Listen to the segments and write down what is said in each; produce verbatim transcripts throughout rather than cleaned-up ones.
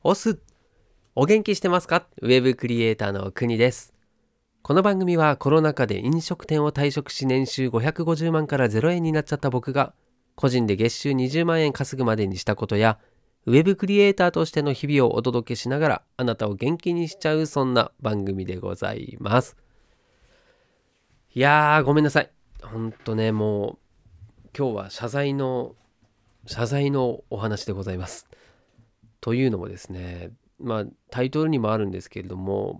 オス、お元気してますか？ウェブクリエイターの国です。この番組はコロナ禍で飲食店を退職し年収ごひゃくごじゅうまんからゼロえんになっちゃった僕が個人で月収にじゅうまんえん稼ぐまでにしたことやウェブクリエイターとしての日々をお届けしながらあなたを元気にしちゃうそんな番組でございます。いやーごめんなさい。ほんとねもう今日は謝罪の謝罪のお話でございます。というのもですねまあタイトルにもあるんですけれども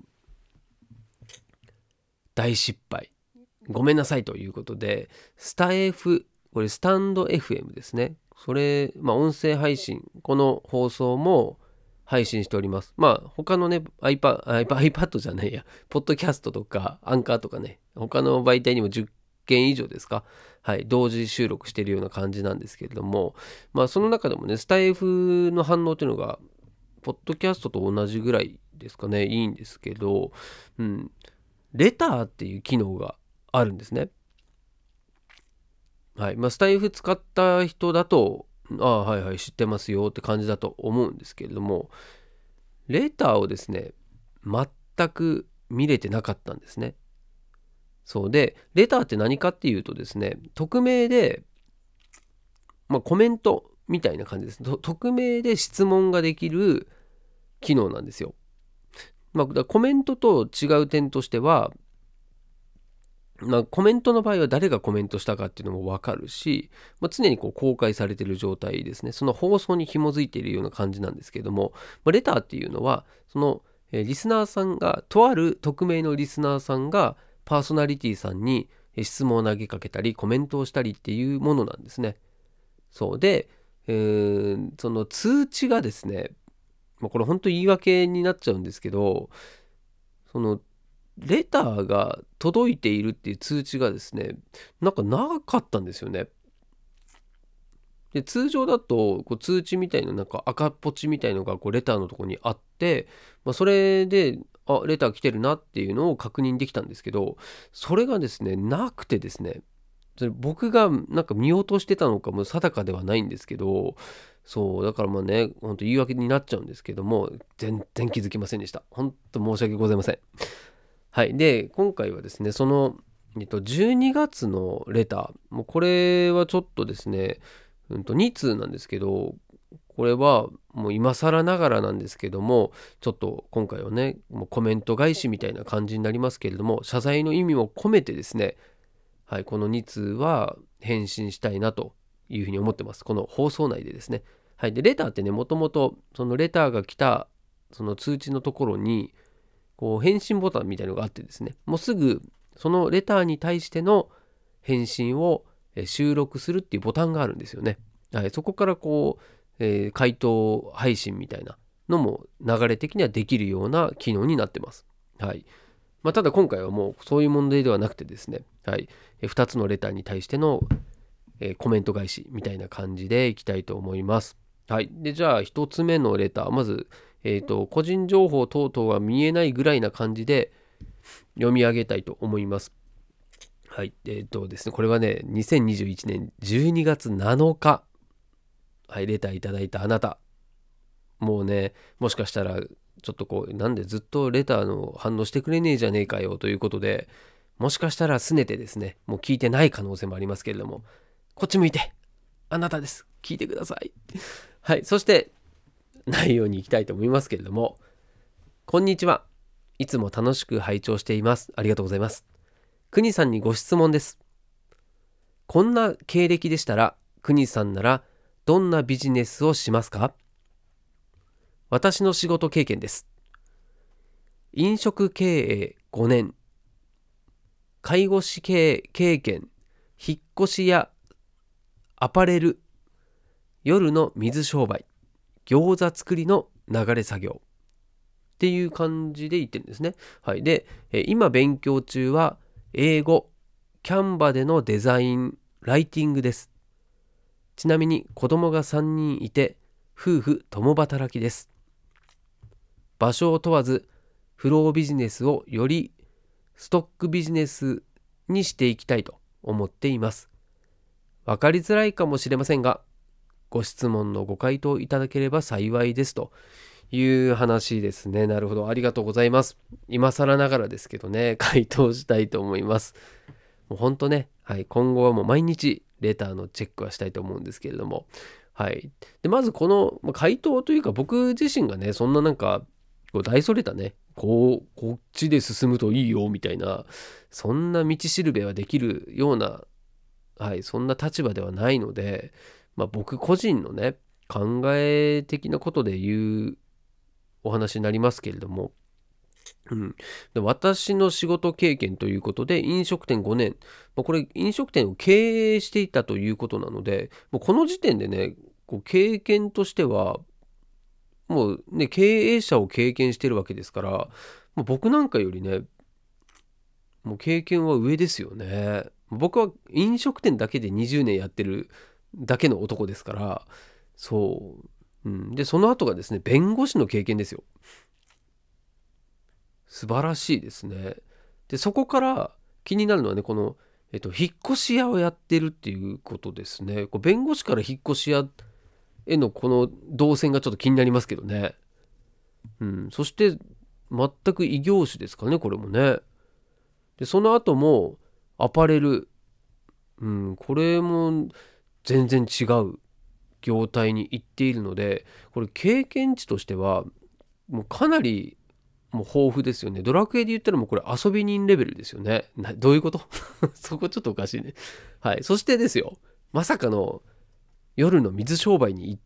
大失敗ごめんなさいということでスタイフこれスタンド エフエム ですね。それまあ音声配信この放送も配信しております。まあ他のね iPad, iPad じゃないやポッドキャストとかアンカーとかね他の媒体にもじゅっけん以上ですかはい同時収録しているような感じなんですけれどもまあその中でもねスタイフの反応というのがポッドキャストと同じぐらいですかねいいんですけどうんレターっていう機能があるんですね。はい。まあ、スタイフ使った人だと、ああ、はいはい、知ってますよって感じだと思うんですけれども、レターをですね、全く見れてなかったんですね。そうで、レターって何かっていうとですね、匿名で、まあ、コメントみたいな感じです。匿名で質問ができる機能なんですよ。まあ、コメントと違う点としては、まあ、コメントの場合は誰がコメントしたかっていうのも分かるし、まあ、常にこう公開されている状態ですね。その放送に紐づいているような感じなんですけども、まあ、レターっていうのはその、えーリスナーさんがとある匿名のリスナーさんがパーソナリティさんに質問を投げかけたりコメントをしたりっていうものなんですね。そうで、えーその通知がですね、まあ、これ本当言い訳になっちゃうんですけど、そのレターが届いているっていう通知がですね、なんかなかったんですよね。で、通常だとこう通知みたいななんか赤ポチみたいのがこうレターのところにあって、まあ、それで、あ、レター来てるなっていうのを確認できたんですけど、それがですね、なくてですね、それ僕がなんか見落としてたのかも定かではないんですけど、そう、だからまあね、本当言い訳になっちゃうんですけども、全然気づきませんでした。本当申し訳ございません。はい。で、今回はですね、その、えっと、じゅうにがつのレター、もうこれはちょっとですね、うんと、に通なんですけど、これはもう今更ながらなんですけども、ちょっと今回はね、もうコメント返しみたいな感じになりますけれども、謝罪の意味も込めてですね、はい、このに通は返信したいなというふうに思ってます。この放送内でですね。はい。で、レターってね、もともとそのレターが来たその通知のところに、こう返信ボタンみたいのがあってですね、もうすぐそのレターに対しての返信を収録するっていうボタンがあるんですよね。はい、そこからこう、えー回答配信みたいなのも流れ的にはできるような機能になってます。はい。まあ、ただ今回はもうそういう問題ではなくてですね、はい、ふたつのレターに対しての、えーコメント返しみたいな感じでいきたいと思います。はい。で、じゃあひとつめのレター、まず、えっと、個人情報等々が見えないぐらいな感じで読み上げたいと思います。はい。えっとですね、これはね、にせんにじゅういちねんじゅうにがつなのか、はい、レターいただいたあなた、もうね、もしかしたら、ちょっとこう、なんでずっとレターの反応してくれねえじゃねえかよということで、もしかしたら拗ねてですね、もう聞いてない可能性もありますけれども、こっち向いて、あなたです。聞いてください。はい。そして、内容に行きたいと思いますけれども、こんにちは。いつも楽しく拝聴しています。ありがとうございます。国さんにご質問です。こんな経歴でしたら、国さんならどんなビジネスをしますか？私の仕事経験です。飲食経営ごねん、介護士経経験、引っ越しやアパレル、夜の水商売、餃子作りの流れ作業っていう感じで言ってるんですね。はい。で、今勉強中は英語、キャンバでのデザイン、ライティングです。ちなみに子供がさんにんいて、夫婦共働きです。場所を問わず、フロービジネスをよりストックビジネスにしていきたいと思っています。わかりづらいかもしれませんが、ご質問のご回答いただければ幸いですという話ですね。なるほど。ありがとうございます。今更ながらですけどね、回答したいと思います。もう本当ね、はい、今後はもう毎日レターのチェックはしたいと思うんですけれども、はい。で、まずこのまあ回答というか、僕自身がね、そんななんか、こう大それたね、こう、こっちで進むといいよみたいな、そんな道しるべはできるような、はい、そんな立場ではないので、まあ、僕個人のね、考え的なことで言うお話になりますけれども、うん、で私の仕事経験ということで飲食店ごねん、まあ、これ飲食店を経営していたということなので、もうこの時点でね、こう経験としてはもうね、経営者を経験してるわけですから、もう僕なんかよりね、もう経験は上ですよね。僕は飲食店だけでにじゅうねんやってるだけの男ですから、そう。うん、で、その後がですね、弁護士の経験ですよ。素晴らしいですね。で、そこから気になるのはね、この、えっと、引っ越し屋をやってるっていうことですね。こう弁護士から引っ越し屋へのこの動線がちょっと気になりますけどね。うん、そして全く異業種ですかね、これもね。で、その後もアパレル、うん、これも全然違う業態に行っているので、これ経験値としてはもうかなりもう豊富ですよね。ドラクエで言ったらもうこれ遊び人レベルですよね。などういうことそこちょっとおかしいね。はい。そしてですよ、まさかの夜の水商売に行って、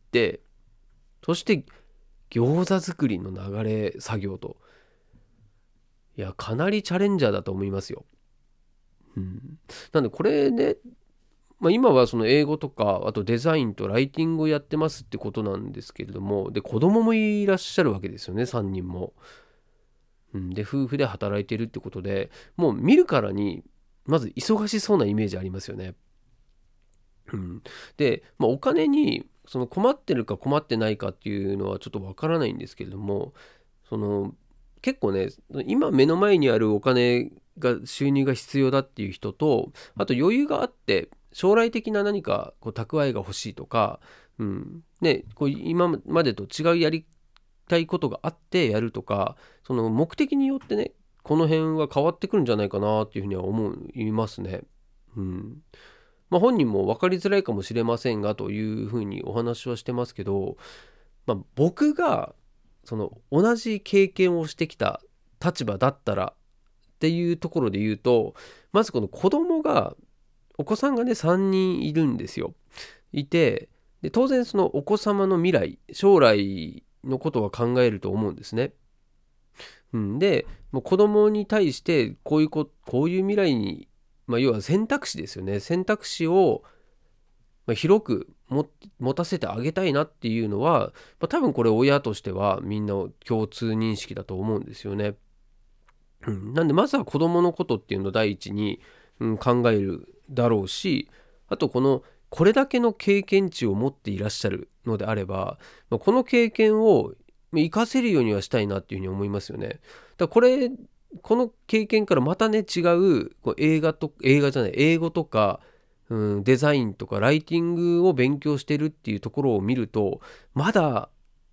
そして餃子作りの流れ作業と。いや、かなりチャレンジャーだと思いますよ。うん。なんでこれね、まあ、今はその英語とか、あとデザインとライティングをやってますってことなんですけれども、で、子供もいらっしゃるわけですよね、さんにんも。うん、で、夫婦で働いてるってことで、もう見るからに、まず忙しそうなイメージありますよね。うん、で、まあ、お金にその困ってるか困ってないかっていうのはちょっとわからないんですけれども、その結構ね、今目の前にあるお金が収入が必要だっていう人と、あと余裕があって将来的な何かこう蓄えが欲しいとか、うんね、こう今までと違うやりたいことがあってやるとか、その目的によってね、この辺は変わってくるんじゃないかなっていうふうには思いますね。うん。まあ、本人も分かりづらいかもしれませんがというふうにお話はしてますけど、まあ、僕がその同じ経験をしてきた立場だったらっていうところで言うと、まずこの子供がお子さんがねさんにんいるんですよ。いて、で当然そのお子様の未来将来のことは考えると思うんですね。うん、でもう子供に対してこういうここういう未来に、まあ、要は選択肢ですよね。選択肢をまあ広く持持たせてあげたいなっていうのは、まあ、多分これ親としてはみんな共通認識だと思うんですよね。うん、なんでまずは子供のことっていうのを第一に、うん、考えるだろうし、あとこのこれだけの経験値を持っていらっしゃるのであれば、まあこの経験を活かせるようにはしたいなっていうふうに思いますよね。だからこれこの経験からまたね違うこう映画と映画じゃない英語とか、うん、デザインとかライティングを勉強してるっていうところを見ると、まだ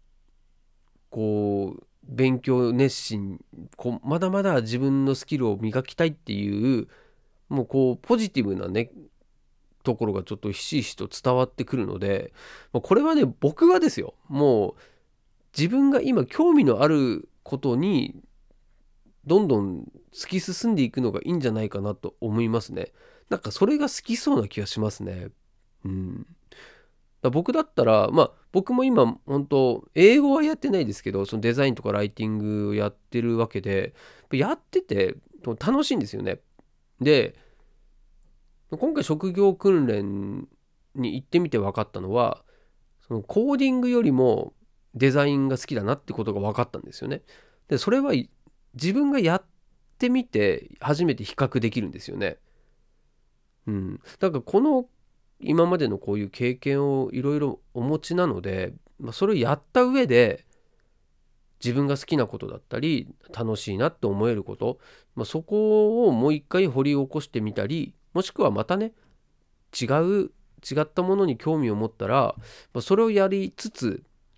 こう勉強熱心、こうまだまだ自分のスキルを磨きたいっていうもうこうポジティブなねところがちょっとひしひしと伝わってくるので、まあこれはね僕はですよ、もう自分が今興味のあることにどんどん突き進んでいくのがいいんじゃないかなと思いますね。なんかそれが好きそうな気がしますね。うん。だ僕だったら、まあ僕も今本当英語はやってないですけど、そのデザインとかライティングをやってるわけで、やってて楽しいんですよね。で、今回職業訓練に行ってみて分かったのは、そのコーディングよりもデザインが好きだなってことが分かったんですよね。で、それは自分がやってみて初めて比較できるんですよね。うん。だからこの今までのこういう経験をいろいろお持ちなので、まあ、それをやった上で自分が好きなことだったり楽しいなって思えること、まあ、そこをもう一回掘り起こしてみたり、もしくはまたね違う違ったものに興味を持ったら、まあ、それをやりつつ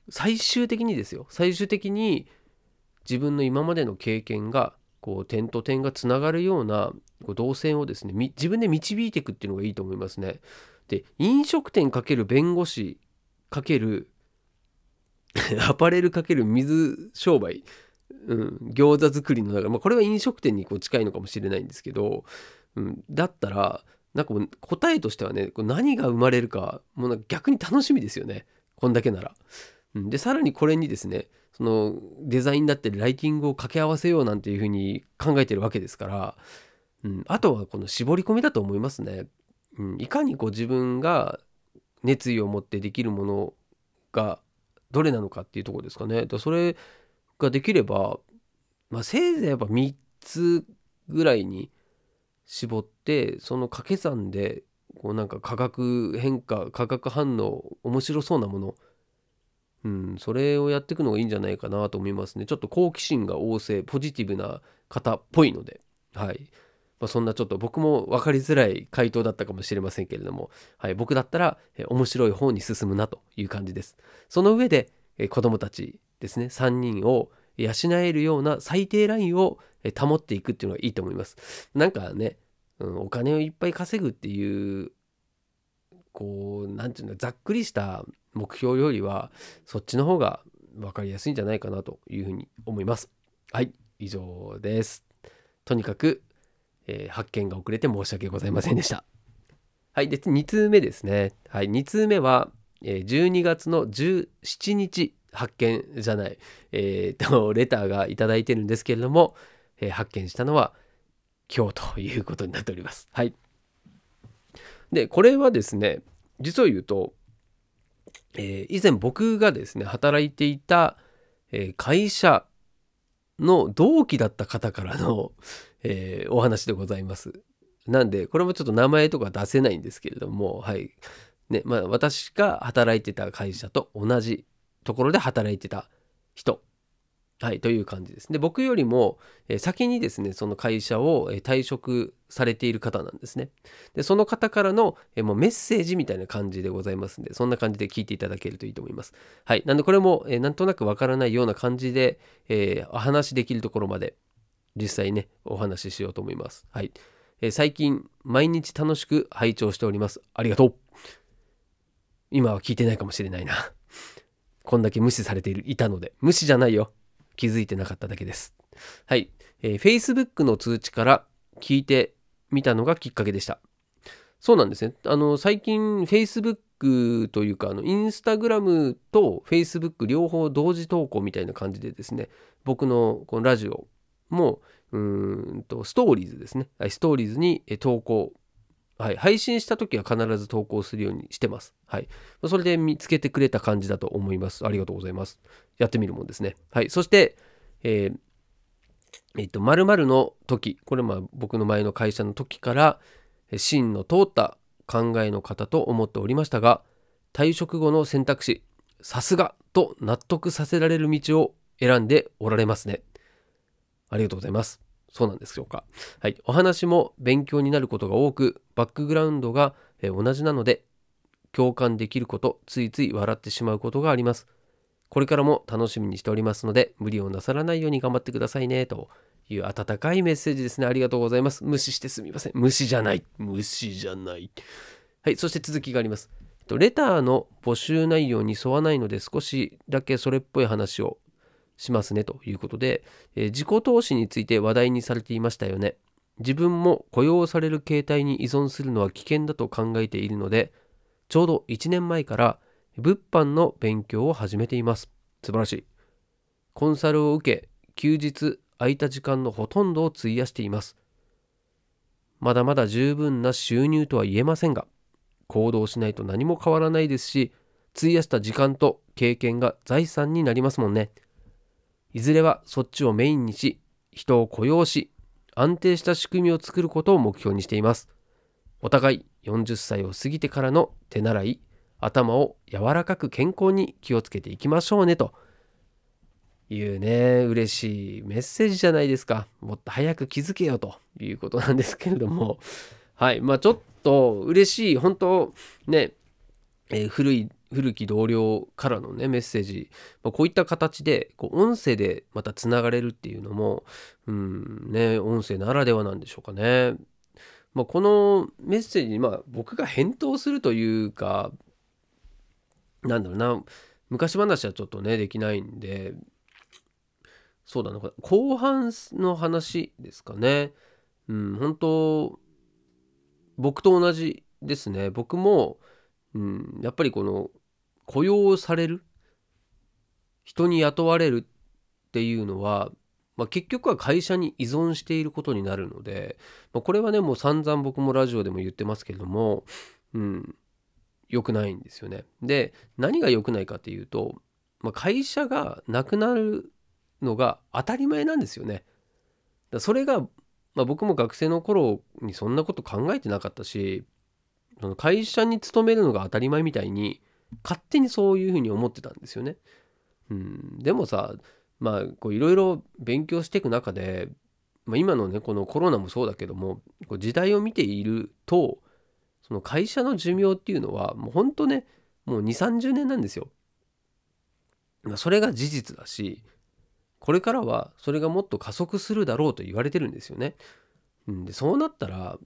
最終的にですよ、最終的に自分の今までの経験がこう点と点がつながるようなこう動線をですね、自分で導いていくっていうのがいいと思いますね。で、飲食店かける弁護士かけるアパレルかける水商売、うん、餃子作りの中、まあ、これは飲食店にこう近いのかもしれないんですけど、うん、だったらなんかもう答えとしてはね、こう何が生まれるかもうなんか逆に楽しみですよね、こんだけなら。うん、でさらにこれにですね、そのデザインだったりライティングを掛け合わせようなんていうふうに考えてるわけですから、うん、あとはこの絞り込みだと思いますね。うん、いかにこう自分が熱意を持ってできるものがどれなのかっていうところですかね。だそれができれば、まあ、せいぜいやっぱみっつぐらいに絞って、その掛け算でこうなんか化学変化、化学反応、面白そうなもの、うん、それをやっていくのがいいんじゃないかなと思いますね。ちょっと好奇心が旺盛、ポジティブな方っぽいので、はい。まあ、そんなちょっと僕も分かりづらい回答だったかもしれませんけれども、はい、僕だったらえ面白い方に進むなという感じです。その上でえ子どもたちですね、さんにんを養えるような最低ラインをえ保っていくっていうのがいいと思います。なんかね、うん、お金をいっぱい稼ぐっていうこうなんていうの、ざっくりした目標よりはそっちの方が分かりやすいんじゃないかなというふうに思います。はい、以上です。とにかくえー発見が遅れて申し訳ございませんでした。はい、でに通目ですね。はい、に通目は、えーじゅうにがつのじゅうしちにち発見じゃない、えー、とレターがいただいてるんですけれども、えー発見したのは今日ということになっております。はい。で、これはですね、実を言うと、えー以前僕がですね、働いていた、えー会社の同期だった方からの、えーお話でございます。なんで、これもちょっと名前とか出せないんですけれども、はい。ね、まあ私が働いてた会社と同じところで働いてた人、はい、という感じです。で、僕よりも、えー先にですね、その会社を、えー退職されている方なんですね。で、その方からの、えーもうメッセージみたいな感じでございますんで、そんな感じで聞いていただけるといいと思います。はい。なんで、これも、えーなんとなくわからないような感じで、えーお話しできるところまで、実際ね、お話ししようと思います。はい。えー最近、毎日楽しく拝聴しております。ありがとう。今は聞いてないかもしれないな。こんだけ無視されているいたので。無視じゃないよ。気づいてなかっただけです。はい。えー Facebook の通知から聞いてみたのがきっかけでした。そうなんですね。あの、最近 Facebook というか、あの、Instagram と Facebook 両方同時投稿みたいな感じでですね、僕のこのラジオも、うーんと、ストーリーズですね。はい、ストーリーズにえ投稿。はい、配信した時は必ず投稿するようにしてます。はい。それで見つけてくれた感じだと思います。ありがとうございます。やってみるもんですね。はい。そして、えーえっと、〇〇の時、これまあ僕の前の会社の時から、え芯の通った考えの方と思っておりましたが、退職後の選択肢、さすがと納得させられる道を選んでおられますね。ありがとうございます。そうなんですでしょうか。はい。お話も勉強になることが多く、バックグラウンドがえー同じなので、共感できること、ついつい笑ってしまうことがあります。これからも楽しみにしておりますので、無理をなさらないように頑張ってくださいね、という温かいメッセージですね。ありがとうございます。無視してすみません。無視じゃない。無視じゃない。はい。そして続きがあります。えっとレターの募集内容に沿わないので、少しだけそれっぽい話をしますねということで、えー自己投資について話題にされていましたよね。自分も雇用される形態に依存するのは危険だと考えているので、ちょうどいちねんまえから物販の勉強を始めています。素晴らしい。コンサルを受け、休日空いた時間のほとんどを費やしています。まだまだ十分な収入とは言えませんが、行動しないと何も変わらないですし、費やした時間と経験が財産になりますもんね。いずれはそっちをメインにし、人を雇用し、安定した仕組みを作ることを目標にしています。お互いよんじゅっさいを過ぎてからの手習い、頭を柔らかく健康に気をつけていきましょうねというね、嬉しいメッセージじゃないですか。もっと早く気づけよということなんですけれども、はい、まあちょっと嬉しい、本当ね、えー古い古き同僚からのねメッセージ、まあ、こういった形でこう音声でまたつながれるっていうのも、うんね、音声ならではなんでしょうかね。まあ、このメッセージに、まあ、僕が返答するというか、なんだろうな、昔話はちょっとねできないんで、そうだな、後半の話ですかね。うん、本当僕と同じですね。僕も、うん、やっぱりこの雇用される、人に雇われるっていうのは、まあ、結局は会社に依存していることになるので、まあ、これはねもう散々僕もラジオでも言ってますけれども、うん、良くないんですよね。で、何が良くないかっていうと、まあ、会社がなくなるのが当たり前なんですよね。だからそれが、まあ、僕も学生の頃にそんなこと考えてなかったし、その会社に勤めるのが当たり前みたいに勝手にそういうふうに思ってたんですよね。うん、でもさ、まあこういろいろ勉強していく中で、まあ、今のねこのコロナもそうだけども、こう時代を見ていると、その会社の寿命っていうのはもうほんとね、もうに、さんじゅうねんなんですよ。まあそれが事実だし、これからはそれがもっと加速するだろうと言われてるんですよね。うん、でそうなったら、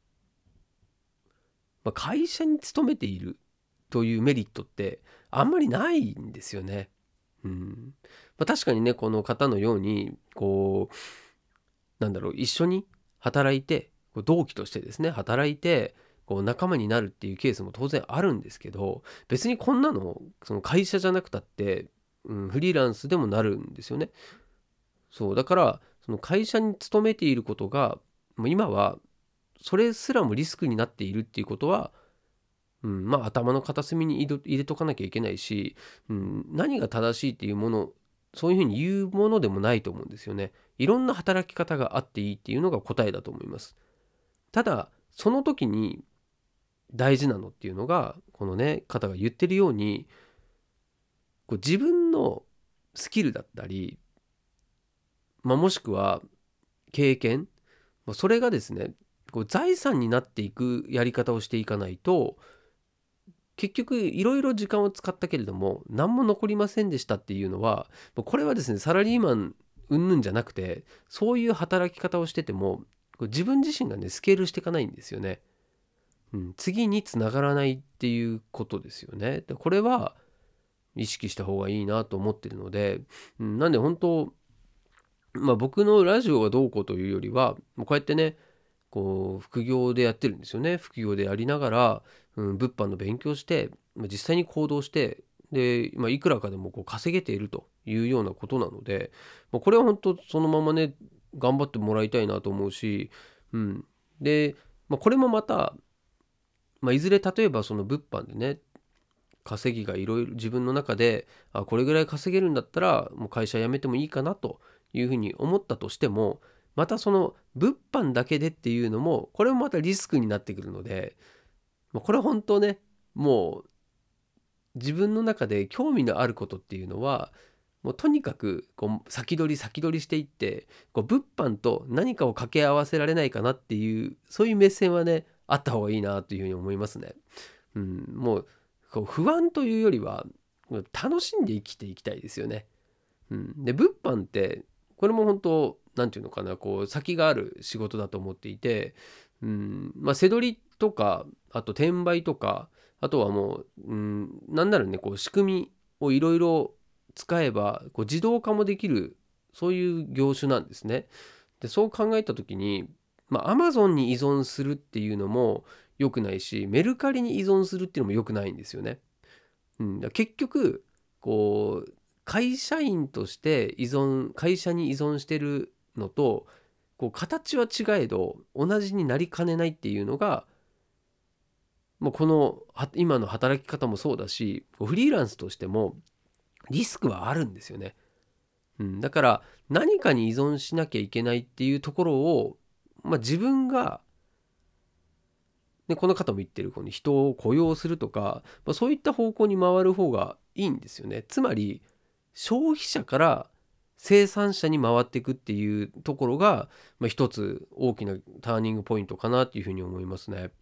まあ、会社に勤めているというメリットってあんまりないんですよね。うんまあ、確かにねこの方のようにこうなんだろう一緒に働いて、こう同期としてですね働いてこう仲間になるっていうケースも当然あるんですけど、別にこんなのその会社じゃなくたって、うん、フリーランスでもなるんですよね。そうだからその会社に勤めていることがもう今はそれすらもリスクになっているっていうことは、うん、まあ頭の片隅に入れ入れとかなきゃいけないし、うん、何が正しいっていうもの、そういうふうに言うものでもないと思うんですよね。いろんな働き方があっていいっていうのが答えだと思います。ただその時に大事なのっていうのがこのね方が言ってるように、こう自分のスキルだったり、まあ、もしくは経験、それがですねこう財産になっていくやり方をしていかないと、結局いろいろ時間を使ったけれども何も残りませんでしたっていうのは、これはですねサラリーマン云々じゃなくて、そういう働き方をしてても自分自身がねスケールしていかないんですよね。うん、次につながらないっていうことですよね。でこれは意識した方がいいなと思ってるので、うん、なんで本当、まあ僕のラジオがどうこうというよりは、こうやってねこう副業でやってるんですよね。副業でやりながら、うん、物販の勉強して、まあ実際に行動して、で、まあ、いくらかでもこう稼げているというようなことなので、まあ、これは本当そのままね頑張ってもらいたいなと思うし、うん、で、まあ、これもまた、まあ、いずれ例えばその物販でね稼ぎがいろいろ自分の中で、あこれぐらい稼げるんだったらもう会社辞めてもいいかなというふうに思ったとしても、またその物販だけでっていうのもこれもまたリスクになってくるので、これは本当ねもう自分の中で興味のあることっていうのはもうとにかくこう先取り先取りしていって、こう物販と何かを掛け合わせられないかなっていう、そういう目線はねあった方がいいなというふうに思いますね。うん、もうこう不安というよりは楽しんで生きていきたいですよね。うん、で物販ってこれも本当なんていうのかな、こう先がある仕事だと思っていて、うんまあ、背取りとかあと転売とか、あとはもう、うん、なんならねこう仕組みをいろいろ使えばこう自動化もできる、そういう業種なんですね。でそう考えた時に、まあ、Amazon に依存するっていうのも良くないし、メルカリに依存するっていうのも良くないんですよね。うん、だ結局こう会社員として依存会社に依存してるのとこう形は違えど同じになりかねないっていうのが、もうこの今の働き方もそうだし、フリーランスとしてもリスクはあるんですよね。うん、だから何かに依存しなきゃいけないっていうところを、まあ、自分が、ね、この方も言ってるこの人を雇用するとか、まあ、そういった方向に回る方がいいんですよね。つまり消費者から生産者に回っていくっていうところが、まあ、一つ大きなターニングポイントかなっていうふうに思いますね。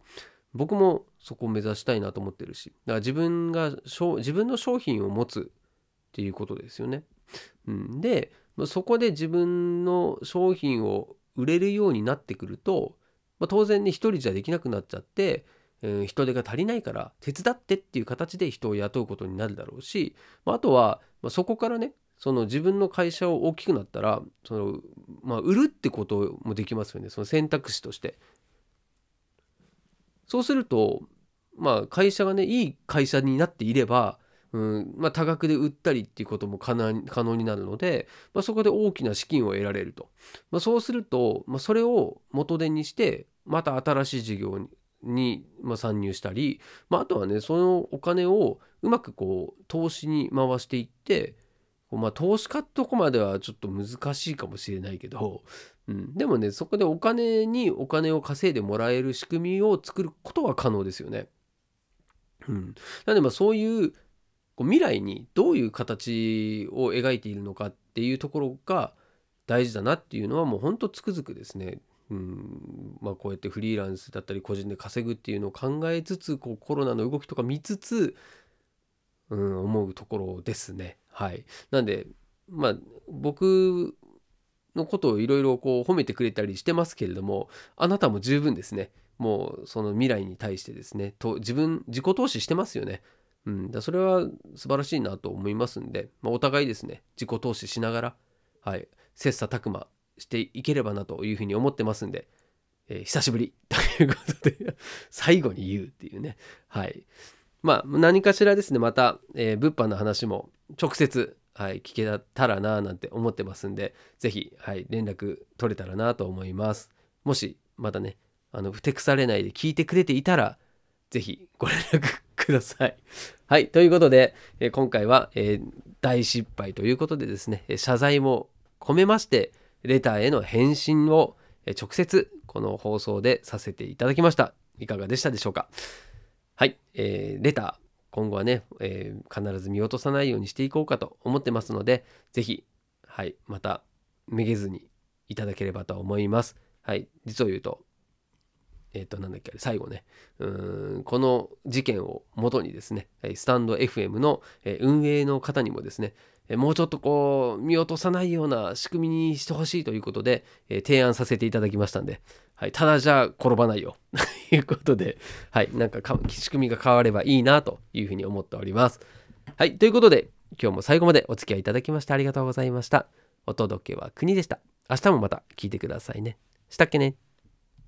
僕もそこを目指したいなと思ってるし、だから自分が自分の商品を持つっていうことですよね。うん、でそこで自分の商品を売れるようになってくると、まあ、当然ね一人じゃできなくなっちゃって、えー人手が足りないから手伝ってっていう形で人を雇うことになるだろうし、まあ、あとは、まあ、そこからねその自分の会社を大きくなったらその、まあ、売るってこともできますよね、その選択肢として。そうすると、まあ、会社がねいい会社になっていれば、うんまあ、多額で売ったりっていうことも可能可能になるので、まあ、そこで大きな資金を得られると、まあ、そうすると、まあ、それを元手にしてまた新しい事業にに、まあ、参入したり、まあ、あとはねそのお金をうまくこう投資に回していって、こうまあ、投資家ってとこまではちょっと難しいかもしれないけど、うん、でもねそこでお金にお金を稼いでもらえる仕組みを作ることは可能ですよね。うん、なのでまあそういうこう未来にどういう形を描いているのかっていうところが大事だなっていうのはもうほんとつくづくですね、うんまあ、こうやってフリーランスだったり個人で稼ぐっていうのを考えつつこうコロナの動きとか見つつ、うん、思うところですね。はい。なんでまあ僕のことをいろいろこう褒めてくれたりしてますけれども、あなたも十分ですね。もうその未来に対してですね、と自分自己投資してますよね。うん、だそれは素晴らしいなと思いますんで、まあ、お互いですね、自己投資しながら、はい、切磋琢磨していければなというふうに思ってますんで、えー久しぶりということで最後に言うっていうね。はい。まあ何かしらですね、また、えー物販の話も直接、はい、聞けたらななんて思ってますんで、ぜひ、はい、連絡取れたらなと思います。もしまたね、あのふてくされないで聞いてくれていたら、ぜひご連絡ください。はい、ということで、えー今回は、えー大失敗ということでですね、えー謝罪も込めまして、レターへの返信を、えー直接この放送でさせていただきました。いかがでしたでしょうか。はい、えーレター、今後はね、えー必ず見落とさないようにしていこうかと思ってますので、ぜひ、はい、まためげずにいただければと思います。はい、実を言うと、えっ、と、なんだっけ、最後ね、うーん、この事件をもとにですね、スタンド エフエム のえー運営の方にもですね、えーもうちょっとこう、見落とさないような仕組みにしてほしいということで、えー提案させていただきましたんで、はい、ただじゃ転ばないよということで、はい、なんかか仕組みが変わればいいなというふうに思っております。はい、ということで、今日も最後までお付き合いいただきましてありがとうございました。お届けは国でした。明日もまた聞いてくださいね。したっけね。